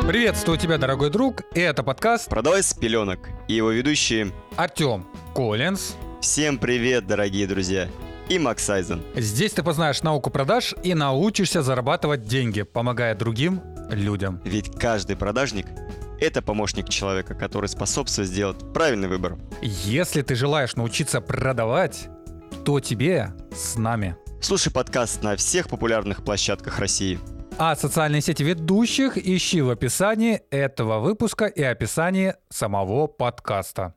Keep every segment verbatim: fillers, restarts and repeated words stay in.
Приветствую тебя, дорогой друг, и это подкаст «Продавай с пеленок» и его ведущие Артем Коллинз. Всем привет, дорогие друзья, и Макс Айзен. Здесь ты познаешь науку продаж и научишься зарабатывать деньги, помогая другим людям. Ведь каждый продажник – это помощник человека, который способствует сделать правильный выбор. Если ты желаешь научиться продавать, то тебе с нами. Слушай подкаст на всех популярных площадках России. А социальные сети ведущих ищи в описании этого выпуска и описании самого подкаста.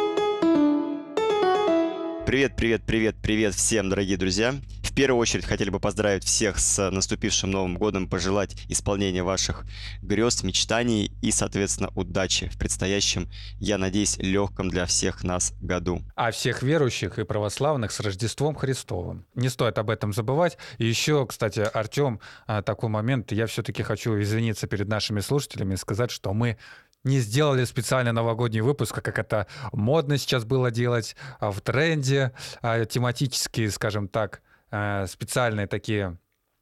Привет, привет, привет, привет всем, дорогие друзья. В первую очередь хотели бы поздравить всех с наступившим Новым годом, пожелать исполнения ваших грез, мечтаний и, соответственно, удачи в предстоящем, я надеюсь, легком для всех нас году. А всех верующих и православных с Рождеством Христовым. Не стоит об этом забывать. И еще, кстати, Артем, такой момент, я все-таки хочу извиниться перед нашими слушателями и сказать, что мы не сделали специальный новогодний выпуск, как это модно сейчас было делать, в тренде, тематические, скажем так, специальные такие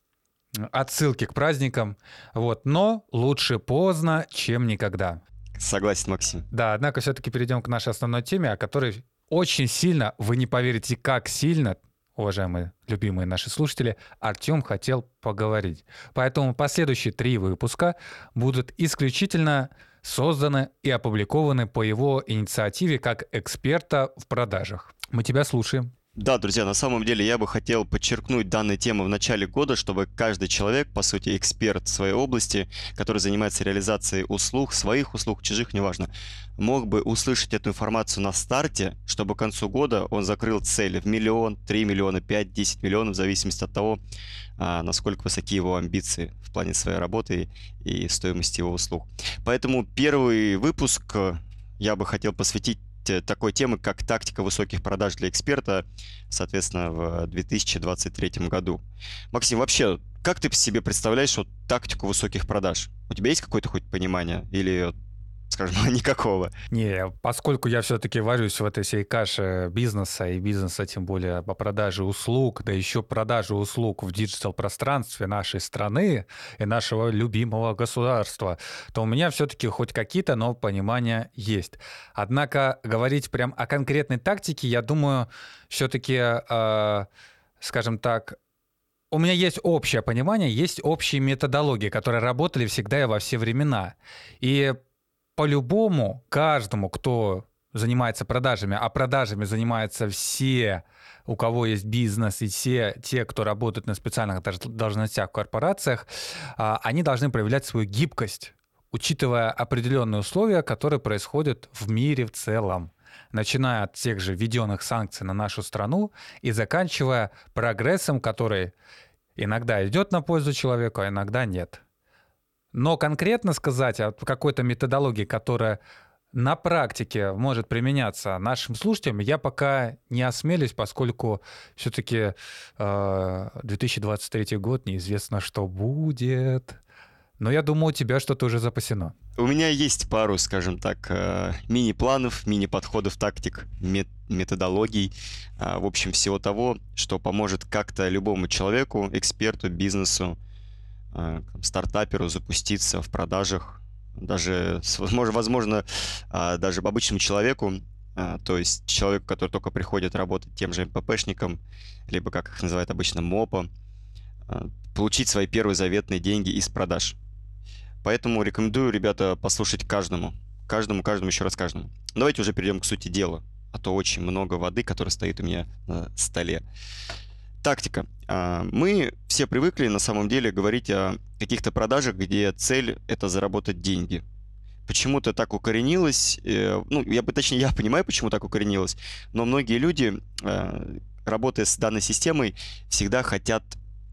отсылки к праздникам. Вот. Но лучше поздно, чем никогда. Согласен, Максим. Да, однако все-таки перейдем к нашей основной теме, о которой очень сильно, вы не поверите, как сильно, уважаемые, любимые наши слушатели, Артем хотел поговорить. Поэтому последующие три выпуска будут исключительно созданы и опубликованы по его инициативе как эксперта в продажах. Мы тебя слушаем. Да, друзья, на самом деле я бы хотел подчеркнуть данную тему в начале года, чтобы каждый человек, по сути, эксперт в своей области, который занимается реализацией услуг, своих услуг, чужих, неважно, мог бы услышать эту информацию на старте, чтобы к концу года он закрыл цели в миллион, три миллиона, пять, десять миллионов, в зависимости от того, насколько высоки его амбиции в плане своей работы и стоимости его услуг. Поэтому первый выпуск я бы хотел посвятить такой темы, как тактика высоких продаж для эксперта, соответственно, в две тысячи двадцать третьем году. Максим, вообще, как ты себе представляешь вот тактику высоких продаж? У тебя есть какое-то хоть понимание или, скажем, никакого? Не, поскольку я все-таки варюсь в этой всей каше бизнеса, и бизнеса тем более по продаже услуг, да еще продаже услуг в диджитал-пространстве нашей страны и нашего любимого государства, то у меня все-таки хоть какие-то, но понимания есть. Однако говорить прям о конкретной тактике, я думаю, все-таки, э, скажем так, у меня есть общее понимание, есть общие методологии, которые работали всегда и во все времена. И по-любому, каждому, кто занимается продажами, а продажами занимаются все, у кого есть бизнес, и все те, кто работают на специальных должностях в корпорациях, они должны проявлять свою гибкость, учитывая определенные условия, которые происходят в мире в целом, начиная от тех же введенных санкций на нашу страну и заканчивая прогрессом, который иногда идет на пользу человеку, а иногда нет. Но конкретно сказать о какой-то методологии, которая на практике может применяться нашим слушателям, я пока не осмелюсь, поскольку все-таки э, две тысячи двадцать третий год, неизвестно, что будет. Но я думаю, у тебя что-то уже запасено. У меня есть пару, скажем так, мини-планов, мини-подходов, тактик, методологий, в общем, всего того, что поможет как-то любому человеку, эксперту, бизнесу, стартаперу запуститься в продажах, даже, возможно, возможно, даже обычному человеку, то есть человеку, который только приходит работать тем же эм пэ пэшником, либо, как их называют обычно, мопа, получить свои первые заветные деньги из продаж. Поэтому рекомендую, ребята, послушать каждому, каждому, каждому, еще раз каждому. Давайте уже перейдем к сути дела, а то очень много воды, которая стоит у меня на столе. Тактика. Мы все привыкли, на самом деле, говорить о каких-то продажах, где цель – это заработать деньги. Почему-то так укоренилось, ну, я бы, точнее, я понимаю, почему так укоренилось, но многие люди, работая с данной системой, всегда хотят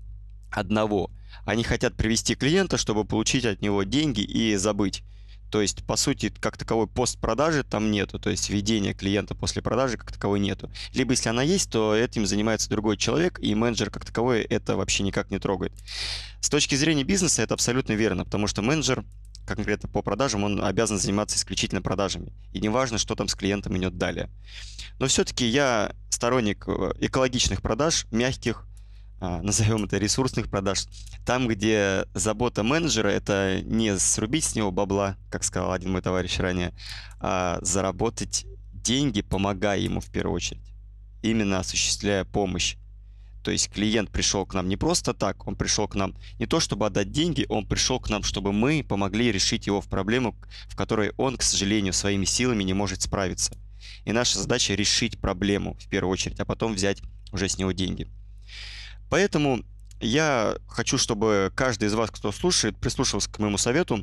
одного. Они хотят привести клиента, чтобы получить от него деньги и забыть. То есть, по сути, как таковой постпродажи там нету, то есть ведения клиента после продажи как таковой нету. Либо если она есть, то этим занимается другой человек, и менеджер как таковой это вообще никак не трогает. С точки зрения бизнеса это абсолютно верно, потому что менеджер конкретно по продажам, он обязан заниматься исключительно продажами. И неважно, что там с клиентом идет далее. Но все-таки я сторонник экологичных продаж, мягких, а, назовем это ресурсных продаж. Там, где забота менеджера — это не срубить с него бабла, как сказал один мой товарищ ранее, а заработать деньги, помогая ему в первую очередь, именно осуществляя помощь. То есть клиент пришел к нам не просто так, он пришел к нам не то, чтобы отдать деньги, он пришел к нам, чтобы мы помогли решить его в проблему, в которой он, к сожалению, своими силами не может справиться. И наша задача — решить проблему в первую очередь, а потом взять уже с него деньги. Поэтому я хочу, чтобы каждый из вас, кто слушает, прислушался к моему совету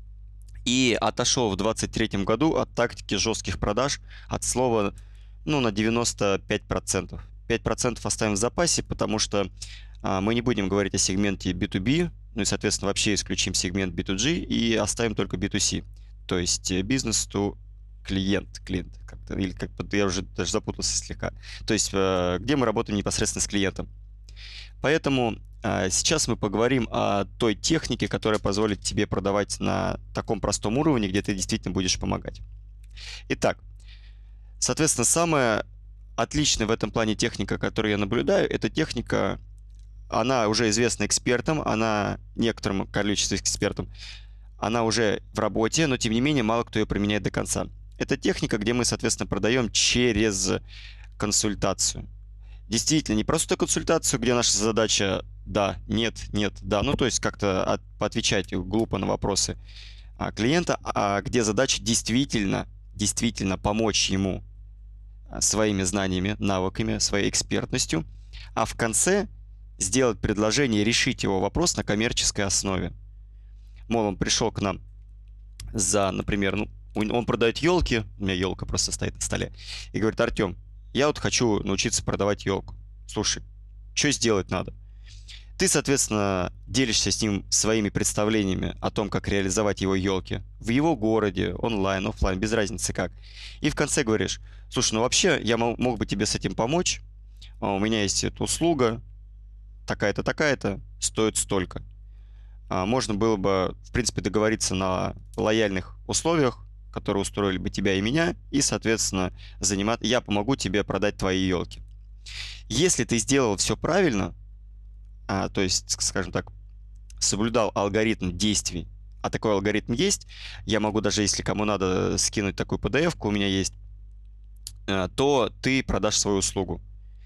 и отошел в двадцать третьем году от тактики жестких продаж от слова, ну, на девяносто пять процентов. пять процентов оставим в запасе, потому что а, мы не будем говорить о сегменте би ту би, ну и, соответственно, вообще исключим сегмент би ту джи и оставим только би ту си, то есть бизнес to клиент, клиент, как-то, или как я уже даже запутался слегка. То есть э, где мы работаем непосредственно с клиентом. Поэтому э, сейчас мы поговорим о той технике, которая позволит тебе продавать на таком простом уровне, где ты действительно будешь помогать. Итак, соответственно, самая отличная в этом плане техника, которую я наблюдаю, это техника, она уже известна экспертам, она некоторому количеству экспертам, она уже в работе, но тем не менее мало кто ее применяет до конца. Это техника, где мы, соответственно, продаем через консультацию. Действительно, не просто консультацию, где наша задача да, нет, нет, да, ну то есть как-то от, поотвечать глупо на вопросы а, клиента, а где задача действительно, действительно помочь ему своими знаниями, навыками, своей экспертностью, а в конце сделать предложение, решить его вопрос на коммерческой основе. Мол, он пришел к нам за, например, ну, он продает елки, у меня елка просто стоит на столе, и говорит: Артем, я вот хочу научиться продавать елку. Слушай, что сделать надо? Ты, соответственно, делишься с ним своими представлениями о том, как реализовать его елки в его городе, онлайн, офлайн, без разницы как. И в конце говоришь: слушай, ну вообще я мог бы тебе с этим помочь, у меня есть эта услуга, такая-то, такая-то, стоит столько. Можно было бы, в принципе, договориться на лояльных условиях, которые устроили бы тебя и меня, и, соответственно, занимать, я помогу тебе продать твои елки. Если ты сделал все правильно, а, то есть, скажем так, соблюдал алгоритм действий, а такой алгоритм есть, я могу даже, если кому надо, скинуть такую пи ди эф-ку, у меня есть, то ты продашь свою услугу,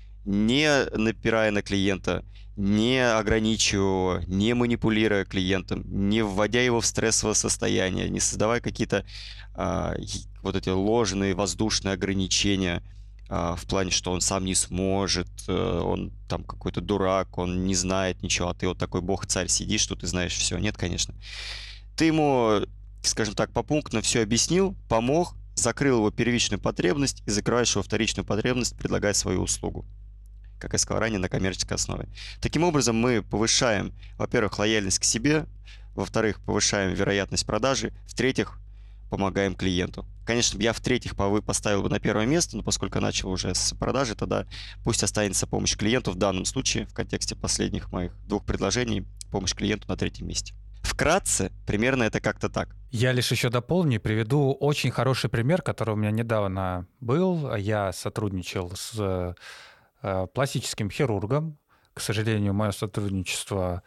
не напирая на клиента, не ограничивая его, не манипулируя клиентом, не вводя его в стрессовое состояние, не создавая какие-то а, вот эти ложные воздушные ограничения а, в плане, что он сам не сможет, а, он там какой-то дурак, он не знает ничего, а ты вот такой бог-царь сидишь, что ты знаешь все. Нет, конечно. Ты ему, скажем так, попунктно все объяснил, помог, закрыл его первичную потребность и закрываешь его вторичную потребность, предлагая свою услугу, как я сказал ранее, на коммерческой основе. Таким образом, мы повышаем, во-первых, лояльность к себе, во-вторых, повышаем вероятность продажи, в-третьих, помогаем клиенту. Конечно, я в-третьих поставил бы на первое место, но поскольку начал уже с продажи, тогда пусть останется помощь клиенту в данном случае, в контексте последних моих двух предложений, помощь клиенту на третьем месте. Вкратце, примерно это как-то так. Я лишь еще дополню и приведу очень хороший пример, который у меня недавно был. Я сотрудничал с пластическим хирургом. К сожалению, мое сотрудничество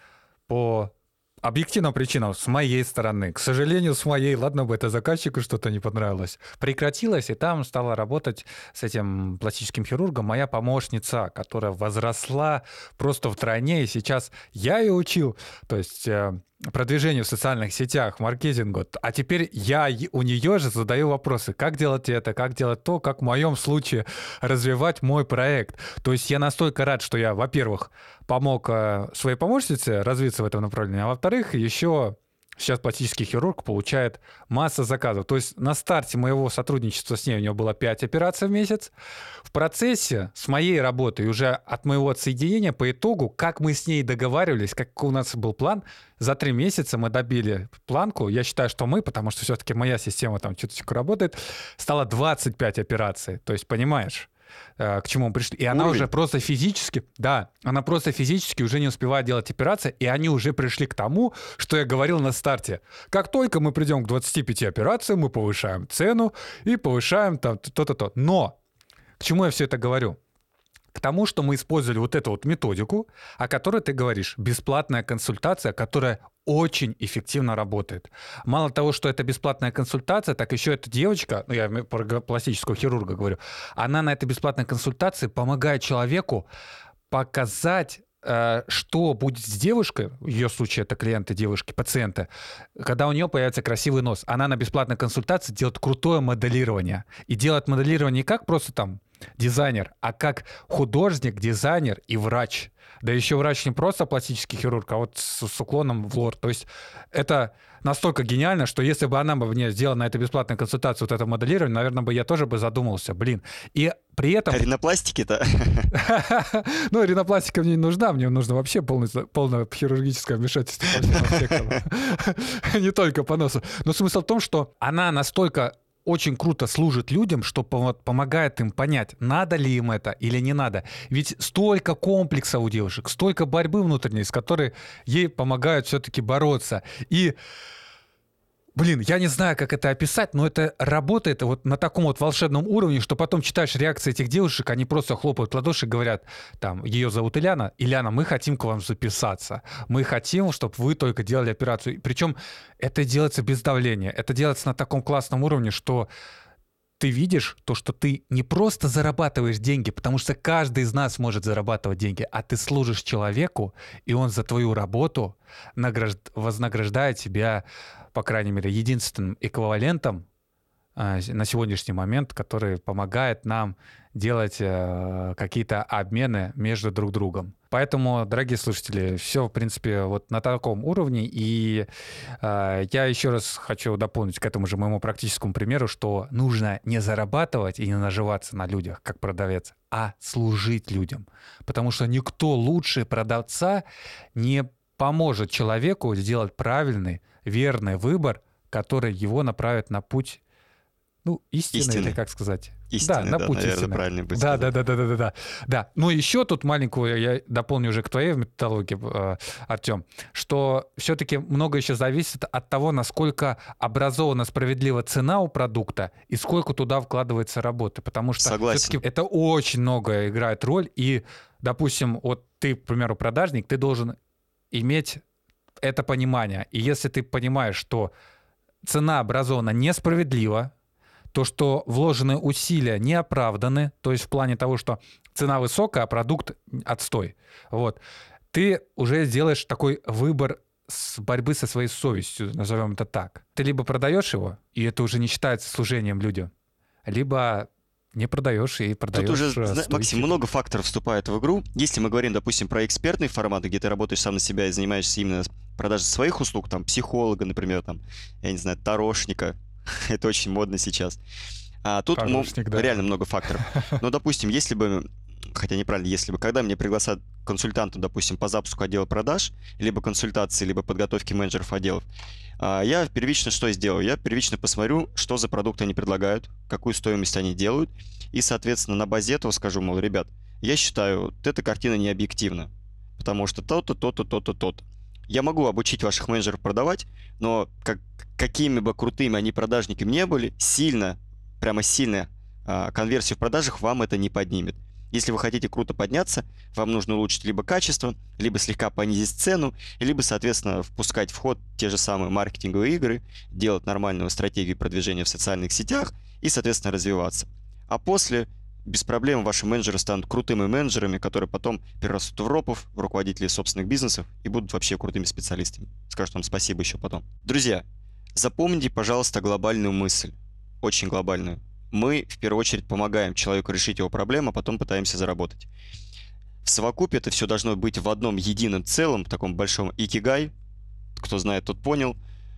по объективным причинам с моей стороны, к сожалению, с моей, ладно бы это заказчику что-то не понравилось, прекратилось, и там стала работать с этим пластическим хирургом моя помощница, которая возросла просто втройне, и сейчас я ее учил, то есть продвижению в социальных сетях, маркетингу, а теперь я у нее же задаю вопросы, как делать это, как делать то, как в моем случае развивать мой проект. То есть я настолько рад, что я, во-первых, помог своей помощнице развиться в этом направлении, а во-вторых, еще сейчас пластический хирург получает массу заказов. То есть на старте моего сотрудничества с ней у него было пять операций в месяц. В процессе с моей работы и уже от моего отсоединения по итогу, как мы с ней договаривались, как у нас был план, за три месяца мы добили планку. Я считаю, что мы, потому что все-таки моя система там чуточку работает, стало двадцать пять операций. То есть, понимаешь, к чему мы пришли. И она Уровень. уже просто физически, да, она просто физически уже не успевает делать операции, и они уже пришли к тому, что я говорил на старте. Как только мы придем к двадцати пяти операциям, мы повышаем цену и повышаем там то-то-то. Но к чему я все это говорю? к тому, что мы использовали вот эту вот методику, о которой ты говоришь, бесплатная консультация, которая очень эффективно работает. Мало того, что это бесплатная консультация, так еще эта девочка, ну я про пластического хирурга говорю, она на этой бесплатной консультации помогает человеку показать, что будет с девушкой, в ее случае это клиенты девушки, пациенты, когда у нее появится красивый нос. Она на бесплатной консультации делает крутое моделирование. И делает моделирование не как просто там дизайнер, а как художник, дизайнер и врач. Да еще врач не просто пластический хирург, а вот с, с уклоном в лор. То есть это настолько гениально, что если бы она бы мне сделала на этой бесплатной консультации вот это моделирование, наверное, бы я тоже бы задумался, блин. И при этом... А ринопластики-то? Ну, ринопластика мне не нужна, мне нужно вообще полное хирургическое вмешательство по всем аспектам. Не только по носу. Но смысл в том, что она настолько очень круто служит людям, что помогает им понять, надо ли им это или не надо. Ведь столько комплексов у девушек, столько борьбы внутренней, с которой ей помогают все-таки бороться. И, блин, я не знаю, как это описать, но это работает вот на таком вот волшебном уровне, что потом читаешь реакции этих девушек, они просто хлопают в ладоши и говорят, там, ее зовут Ильяна, Ильяна, мы хотим к вам записаться, мы хотим, чтобы вы только делали операцию. Причем это делается без давления, это делается на таком классном уровне, что ты видишь то, что ты не просто зарабатываешь деньги, потому что каждый из нас может зарабатывать деньги, а ты служишь человеку, и он за твою работу награжд... вознаграждает тебя, по крайней мере, единственным эквивалентом э, на сегодняшний момент, который помогает нам делать э, какие-то обмены между друг другом. Поэтому, дорогие слушатели, все, в принципе, вот на таком уровне. И э, я еще раз хочу дополнить к этому же моему практическому примеру, что нужно не зарабатывать и не наживаться на людях, как продавец, а служить людям. Потому что никто лучше продавца не поможет человеку сделать правильный, верный выбор, который его направит на путь, ну, истины, истины. или как сказать? Истины, да, на да, путь наверное, истины. правильно будет да, сказать. да, да, да, да, да, да, да. Ну, еще тут маленькую я дополню уже к твоей методологии, э, Артем, что все-таки много еще зависит от того, насколько образована справедлива цена у продукта и сколько туда вкладывается работы. Потому что все-таки это очень много играет роль. И, допустим, вот ты, к примеру, продажник, ты должен иметь это понимание. И если ты понимаешь, что цена образована несправедливо, то, что вложенные усилия не оправданы, то есть в плане того, что цена высокая, а продукт отстой, вот, ты уже сделаешь такой выбор с борьбы со своей совестью, назовем это так. Ты либо продаешь его, и это уже не считается служением людям, либо не продаешь и продаешь. Тут уже, стойчик. Максим, много факторов вступает в игру. Если мы говорим, допустим, про экспертный формат, где ты работаешь сам на себя и занимаешься именно продажей своих услуг, там, психолога, например, там, я не знаю, тарошника, это очень модно сейчас. А тут Тарошник, да. реально много факторов. Но, допустим, если бы, хотя неправильно, если бы, когда мне пригласят консультанта, допустим, по запуску отдела продаж, либо консультации, либо подготовки менеджеров отделов, я первично что сделаю? Я первично посмотрю, что за продукт они предлагают, какую стоимость они делают, и, соответственно, на базе этого скажу, мол, ребят, я считаю, вот эта картина не объективна, потому что то-то, то-то, то-то, то-то. Я могу обучить ваших менеджеров продавать, но как, какими бы крутыми они продажниками не были, сильно, прямо сильно а, конверсию в продажах вам это не поднимет. Если вы хотите круто подняться, вам нужно улучшить либо качество, либо слегка понизить цену, либо, соответственно, впускать в ход те же самые маркетинговые игры, делать нормальную стратегию продвижения в социальных сетях и, соответственно, развиваться. А после без проблем ваши менеджеры станут крутыми менеджерами, которые потом перерастут в ропов, в руководителей собственных бизнесов и будут вообще крутыми специалистами. Скажут вам спасибо еще потом. Друзья, запомните, пожалуйста, глобальную мысль. Очень глобальную. Мы, в первую очередь, помогаем человеку решить его проблему, а потом пытаемся заработать. В совокупе это все должно быть в одном едином целом, в таком большом икигай. Кто знает, тот понял.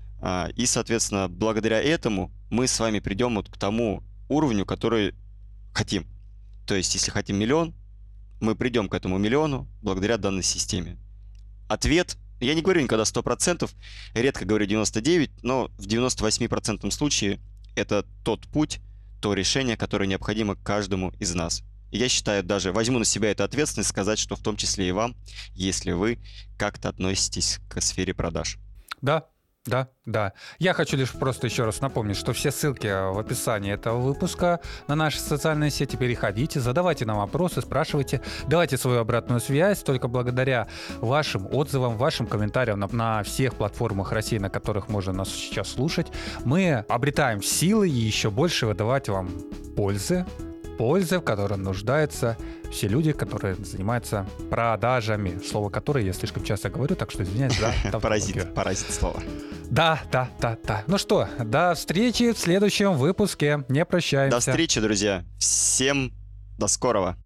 И, соответственно, благодаря этому мы с вами придем вот к тому уровню, который хотим. То есть, если хотим миллион, мы придем к этому миллиону благодаря данной системе. Ответ, я не говорю никогда сто процентов, редко говорю девяносто девять процентов, но в девяноста восьми процентах случае это тот путь, то решение, которое необходимо каждому из нас. И я считаю, даже возьму на себя эту ответственность сказать, что в том числе и вам, если вы как-то относитесь к сфере продаж. Да, Да, да. Я хочу лишь просто еще раз напомнить, что все ссылки в описании этого выпуска на наши социальные сети. Переходите, задавайте нам вопросы, спрашивайте, давайте свою обратную связь. Только благодаря вашим отзывам, вашим комментариям на, на всех платформах России, на которых можно нас сейчас слушать, мы обретаем силы и еще больше выдавать вам пользы, пользы, в которой нуждаются все люди, которые занимаются продажами. Слово «которые» я слишком часто говорю, так что извиняюсь за тавтологию. Паразит, паразит слово. Да, да, да, да. Ну что, до встречи в следующем выпуске. Не прощаемся. До встречи, друзья. Всем до скорого.